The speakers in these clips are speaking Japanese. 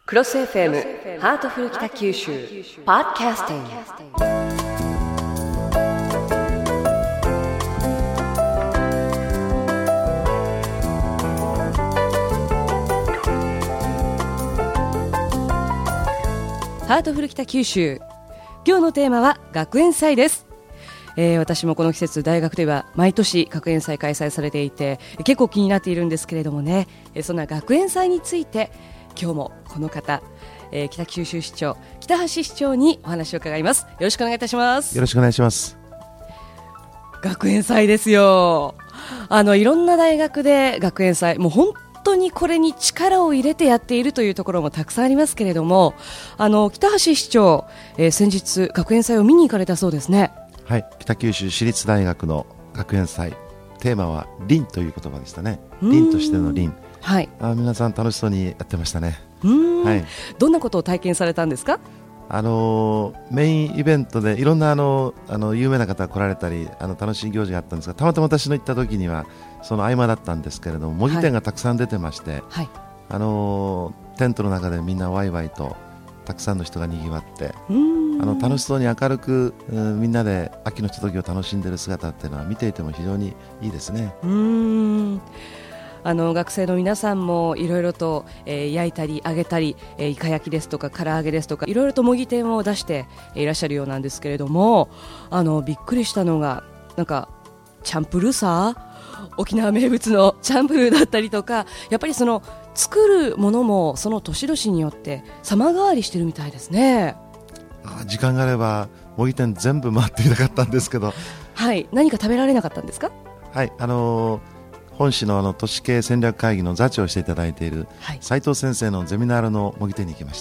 クロス FM ハートフル北九州パーキャスティング。ハートフル北九州、今日のテーマは学園祭です。私もこの季節大学では毎年学園祭開催されていて結構気になっているんですけれどもね、そんな学園祭について今日もこの方、北九州市長北橋市長にお話を伺います。よろしくお願いいたします。 よろしくお願いします。 学園祭ですよ。いろんな大学で学園祭、もう本当にこれに力を入れてやっているというところもたくさんありますけれども、北橋市長、先日学園祭を見に行かれたそうですね。 はい、北九州市立大学の学園祭、テーマは凛という言葉でしたね。凛としての凛、はい、皆さん楽しそうにやってましたね。 はい、どんなことを体験されたんですか？ メインイベントでいろんな有名な方が来られたり楽しい行事があったんですが、たまたま私の行った時にはその合間だったんですけれども、模擬店がたくさん出てまして、はい、テントの中でみんなワイワイとたくさんの人がにぎわって、楽しそうに明るく、みんなで秋のひとときを楽しんでいる姿っていうのは見ていても非常にいいですね。 学生の皆さんもいろいろと、焼いたり揚げたり、イカ焼きですとか唐揚げですとかいろいろと模擬店を出していらっしゃるようなんですけれども、びっくりしたのがなんかチャンプルーさ、沖縄名物のチャンプルーだったりとか、やっぱりその作るものもその年々によって様変わりしてるみたいですね。 時間があれば模擬店全部回ってみたかったんですけど、 はい、何か食べられなかったんですか？ はい、本市の都市系戦略会議の座長をしていただいている斉藤先生のゼミナールの模擬店に行きまして、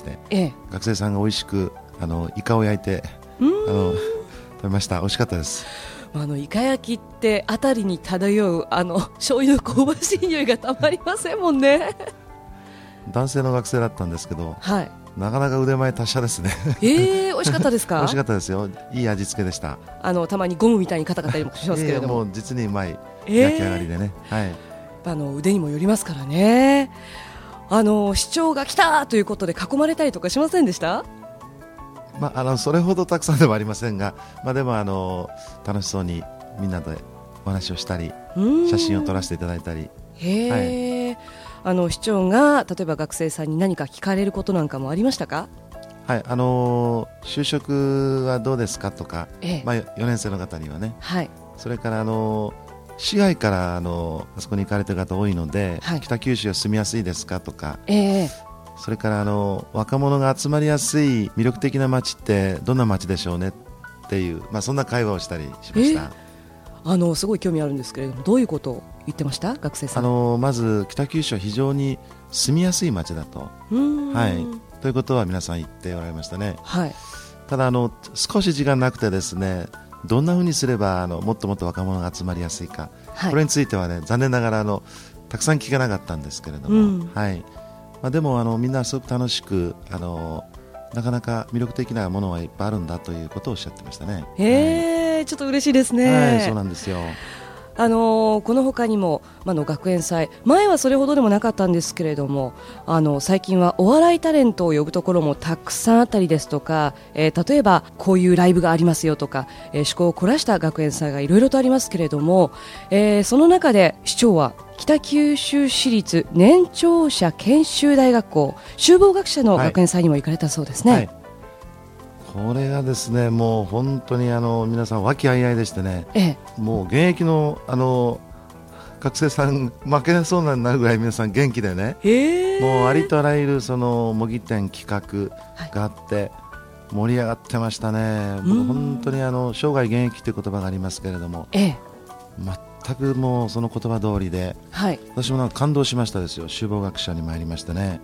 学生さんが美味しくイカを焼いて食べました。美味しかったです。 イカ焼きってあたりに漂う醤油の香ばしい匂いがたまりませんもんね。 男性の学生だったんですけど、はい、なかなか腕前達者ですね。 美味しかったですか？ 美味しかったですよ。いい味付けでした。 たまにゴムみたいに硬かったりもしますけれども、 もう実にうまい焼き上がりでね、はい、 腕にもよりますからね。市長が来たということで囲まれたりとかしませんでした？ それほどたくさんではありませんが、でも楽しそうにみんなでお話をしたり写真を撮らせていただいたり。 市長が例えば学生さんに何か聞かれることなんかもありましたか？ はい、就職はどうですかとか、4年生の方にはね、はい、それから市外からあそこに行かれている方多いので、はい、北九州は住みやすいですかとか、それから若者が集まりやすい魅力的な街ってどんな街でしょうねっていう、そんな会話をしたりしました。 すごい興味あるんですけれども、どういうことを言ってました？学生さん。 まず北九州は非常に住みやすい街だと、はい、ということは皆さん言っておられましたね。はい、ただ少し時間なくてですね、どんなふうにすればもっともっと若者が集まりやすいか、はい、これについてはね、残念ながらたくさん聞けなかったんですけれども、はい、でもみんなすごく楽しくなかなか魅力的なものはいっぱいあるんだということをおっしゃってましたね。 ちょっと嬉しいですね。 はい、そうなんですよ。 この他にも、学園祭、前はそれほどでもなかったんですけれども、最近はお笑いタレントを呼ぶところもたくさんあったりですとか、例えばこういうライブがありますよとか、趣向を凝らした学園祭がいろいろとありますけれども、その中で市長は北九州市立年長者研修大学校修房学舎の学園祭にも行かれたそうですね。はい、 これがですね、もう本当に皆さん和気あいあいでしてね、もう現役の学生さん負けそうになるぐらい皆さん元気でね、もうありとあらゆるその模擬店企画があって盛り上がってましたね。もう本当に生涯現役という言葉がありますけれども、全くもうその言葉通りで、はい、私も感動しましたですよ。修房学舎に参りましたね。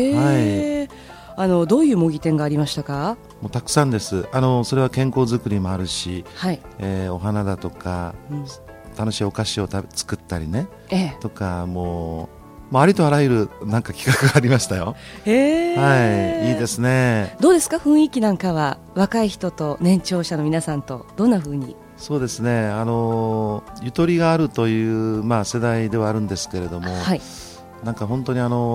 どういう模擬店がありましたか？ もうたくさんです。それは健康づくりもあるし、はい、お花だとか、楽しいお菓子を作ったりね、とかもうありとあらゆるなんか企画がありましたよ。はい、いいですね。 どうですか、雰囲気なんかは若い人と年長者の皆さんとどんな風に？ そうですね、ゆとりがあるという、世代ではあるんですけれども、はい、なんか本当に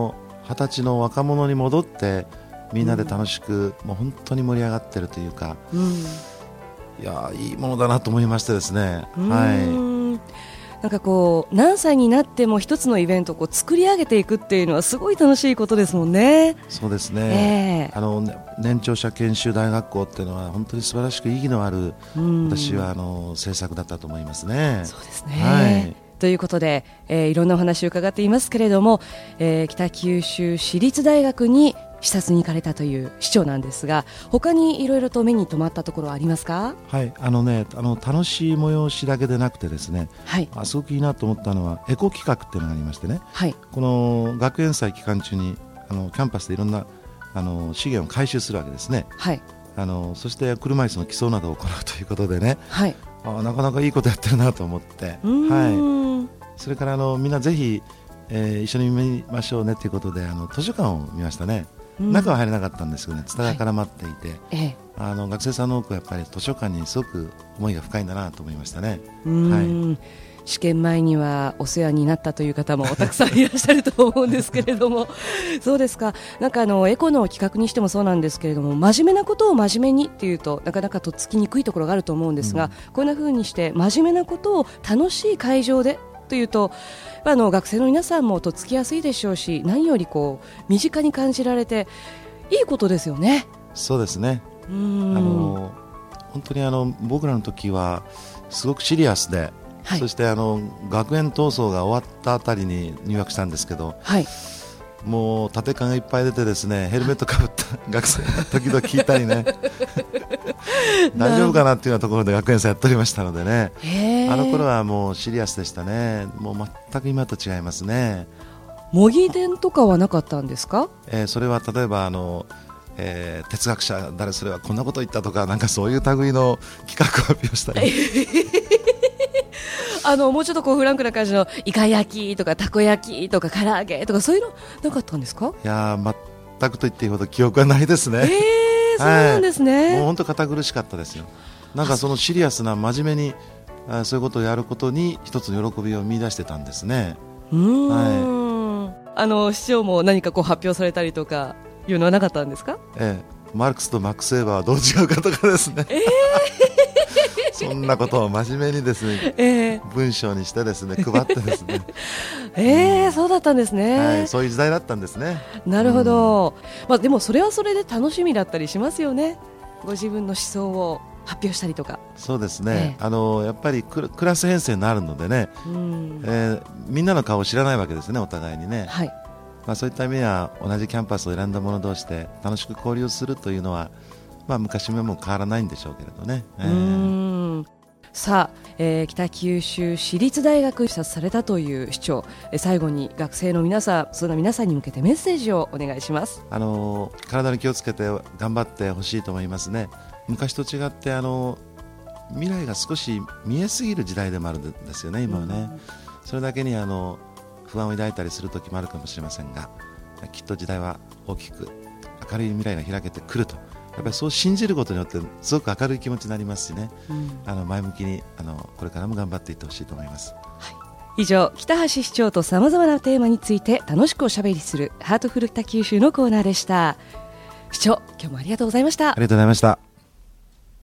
20歳の若者に戻ってみんなで楽しく、もう本当に盛り上がってるというか、いやいいものだなと思いましてですね、 なんかこう何歳になっても一つのイベントをこう作り上げていくっていうのはすごい楽しいことですもんね。 そうですね、年長者研修大学校っていうのは本当に素晴らしく意義のある、私は政策だったと思いますね。 そうですね、ということで、いろんなお話を伺っていますけれども、北九州市立大学に視察に行かれたという市長なんですが、他にいろいろと目に留まったところはありますか？ はい、楽しい催しだけでなくてですね、すごくいいなと思ったのはエコ企画っていうのがありましてね、この学園祭期間中にキャンパスでいろんな資源を回収するわけですね。そして車椅子の寄贈などを行うということでね、なかなかいいことやってるなと思って、それからみんなぜひ、一緒に見ましょうねということで図書館を見ましたね。中は入れなかったんですけどね、ツタヤから待っていて、学生さんの多くはやっぱり図書館にすごく思いが深いんだなと思いましたね。 試験前にはお世話になったという方もたくさんいらっしゃると思うんですけれどもそうですか。なんかエコの企画にしてもそうなんですけれども、真面目なことを真面目にっていうとなかなかとっつきにくいところがあると思うんですが、こんな風にして真面目なことを楽しい会場でというと、学生の皆さんもとっつきやすいでしょうし、何よりこう身近に感じられていいことですよね。 そうですね。本当に僕らの時はすごくシリアスで、そして学園闘争が終わったあたりに入学したんですけど、もう立て感がいっぱい出てですね、ヘルメットかぶった学生が時々聞いたりね大丈夫かなっていうようなところで学園祭やっておりましたのでね、あの頃はもうシリアスでしたね。もう全く今と違いますね。 模擬店とかはなかったんですか？ それは例えば哲学者誰それはこんなこと言ったとか、なんかそういう類の企画を発表したりもうちょっとこうフランクな感じのイカ焼きとかたこ焼きとか唐揚げとかそういうのなかったんですか？ いや全くと言っていいほど記憶はないですね。 そうなんですね。 もう本当堅苦しかったですよ。なんかそのシリアスな真面目にそういうことをやることに一つの喜びを見出してたんですね。 市長も何かこう発表されたりとかいうのはなかったんですか？ マルクスとマックス・ウェーバーはどう違うかとかですね、そんなことを真面目にですね、文章にしてですね配ってですねそうだったんですね。 そういう時代だったんですね。 なるほど、でもそれはそれで楽しみだったりしますよね。ご自分の思想を発表したりとか。 そうですね、やっぱりクラス編成になるのでね、みんなの顔を知らないわけですね、お互いにね。そういった意味では同じキャンパスを選んだ者同士で楽しく交流するというのは、昔ももう変わらないんでしょうけれどね。さあ、北九州市立大学視察されたという市長、最後に学生の皆さん、その皆さんに向けてメッセージをお願いします。体に気をつけて頑張ってほしいと思いますね。昔と違って未来が少し見えすぎる時代でもあるんですよね、今はね。それだけに不安を抱いたりする時もあるかもしれませんが、きっと時代は大きく明るい未来が開けてくると、やっぱりそう信じることによってすごく明るい気持ちになりますしね、前向きにこれからも頑張っていってほしいと思います。以上、北橋市長とさまざまなテーマについて楽しくおしゃべりするハートフル北九州のコーナーでした。市長、今日もありがとうございました。ありがとうございました。